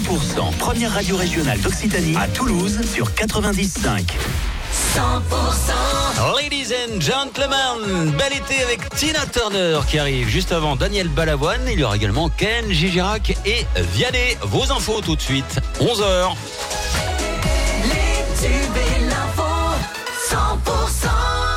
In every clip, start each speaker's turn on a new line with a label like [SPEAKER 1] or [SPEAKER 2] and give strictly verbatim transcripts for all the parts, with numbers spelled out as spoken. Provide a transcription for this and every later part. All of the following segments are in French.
[SPEAKER 1] pour cent, première radio régionale d'Occitanie à Toulouse sur quatre-vingt-dix virgule cinq.
[SPEAKER 2] cent pour cent.
[SPEAKER 3] Ladies and gentlemen, bel été avec Tina Turner qui arrive juste avant Daniel Balavoine. Il y aura également Ken, Gigi Girac et Vianney. Vos infos tout de suite, onze heures.
[SPEAKER 2] Les tubes et l'info, cent pour cent.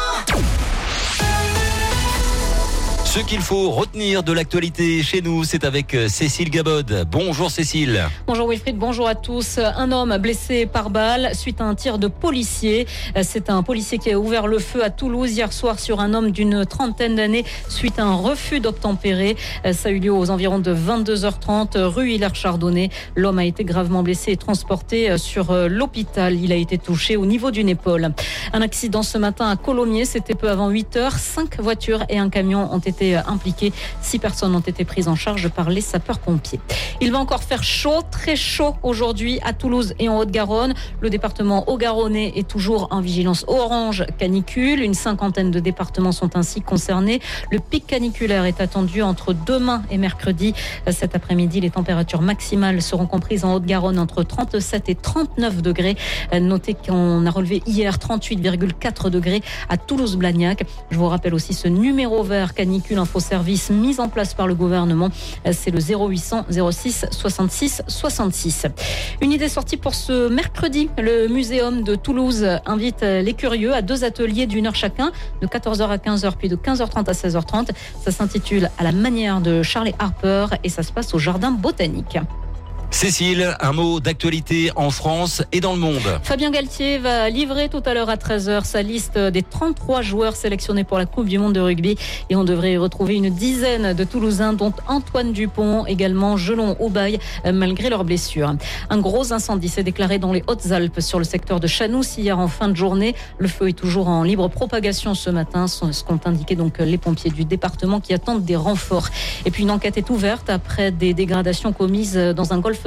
[SPEAKER 3] Ce qu'il faut retenir de l'actualité chez nous, c'est avec Cécile Gabod. Bonjour Cécile.
[SPEAKER 4] Bonjour Wilfried, bonjour à tous. Un homme blessé par balle suite à un tir de policier. C'est un policier qui a ouvert le feu à Toulouse hier soir sur un homme d'une trentaine d'années suite à un refus d'obtempérer. Ça a eu lieu aux environs de vingt-deux heures trente, rue Hilaire-Chardonnay. L'homme a été gravement blessé et transporté sur l'hôpital. Il a été touché au niveau d'une épaule. Un accident ce matin à Colomiers, c'était peu avant huit heures. Cinq voitures et un camion ont été impliqués. Six personnes ont été prises en charge par les sapeurs-pompiers. Il va encore faire chaud, très chaud aujourd'hui à Toulouse et en Haute-Garonne. Le département haut-garonnais est toujours en vigilance orange canicule. Une cinquantaine de départements sont ainsi concernés. Le pic caniculaire est attendu entre demain et mercredi. Cet après-midi, les températures maximales seront comprises en Haute-Garonne entre trente-sept et trente-neuf degrés. Notez qu'on a relevé hier trente-huit virgule quatre degrés à Toulouse-Blagnac. Je vous rappelle aussi ce numéro vert canicule infoservice mis en place par le gouvernement. C'est le zéro huit cents zéro six soixante-six soixante-six. Une idée sortie pour ce mercredi. Le Muséum de Toulouse invite les curieux à deux ateliers d'une heure chacun, de quatorze heures à quinze heures, puis de quinze heures trente à seize heures trente. Ça s'intitule « À la manière de Charlie Harper » et ça se passe au Jardin botanique.
[SPEAKER 3] Cécile, un mot d'actualité en France et dans le monde.
[SPEAKER 4] Fabien Galtier va livrer tout à l'heure à treize heures sa liste des trente-trois joueurs sélectionnés pour la Coupe du Monde de rugby. Et on devrait y retrouver une dizaine de Toulousains, dont Antoine Dupont, également Jelon Aubaye, malgré leurs blessures. Un gros incendie s'est déclaré dans les Hautes-Alpes sur le secteur de Chanous hier en fin de journée. Le feu est toujours en libre propagation ce matin, ce qu'ont indiqué donc les pompiers du département qui attendent des renforts. Et puis une enquête est ouverte après des dégradations commises dans un golfe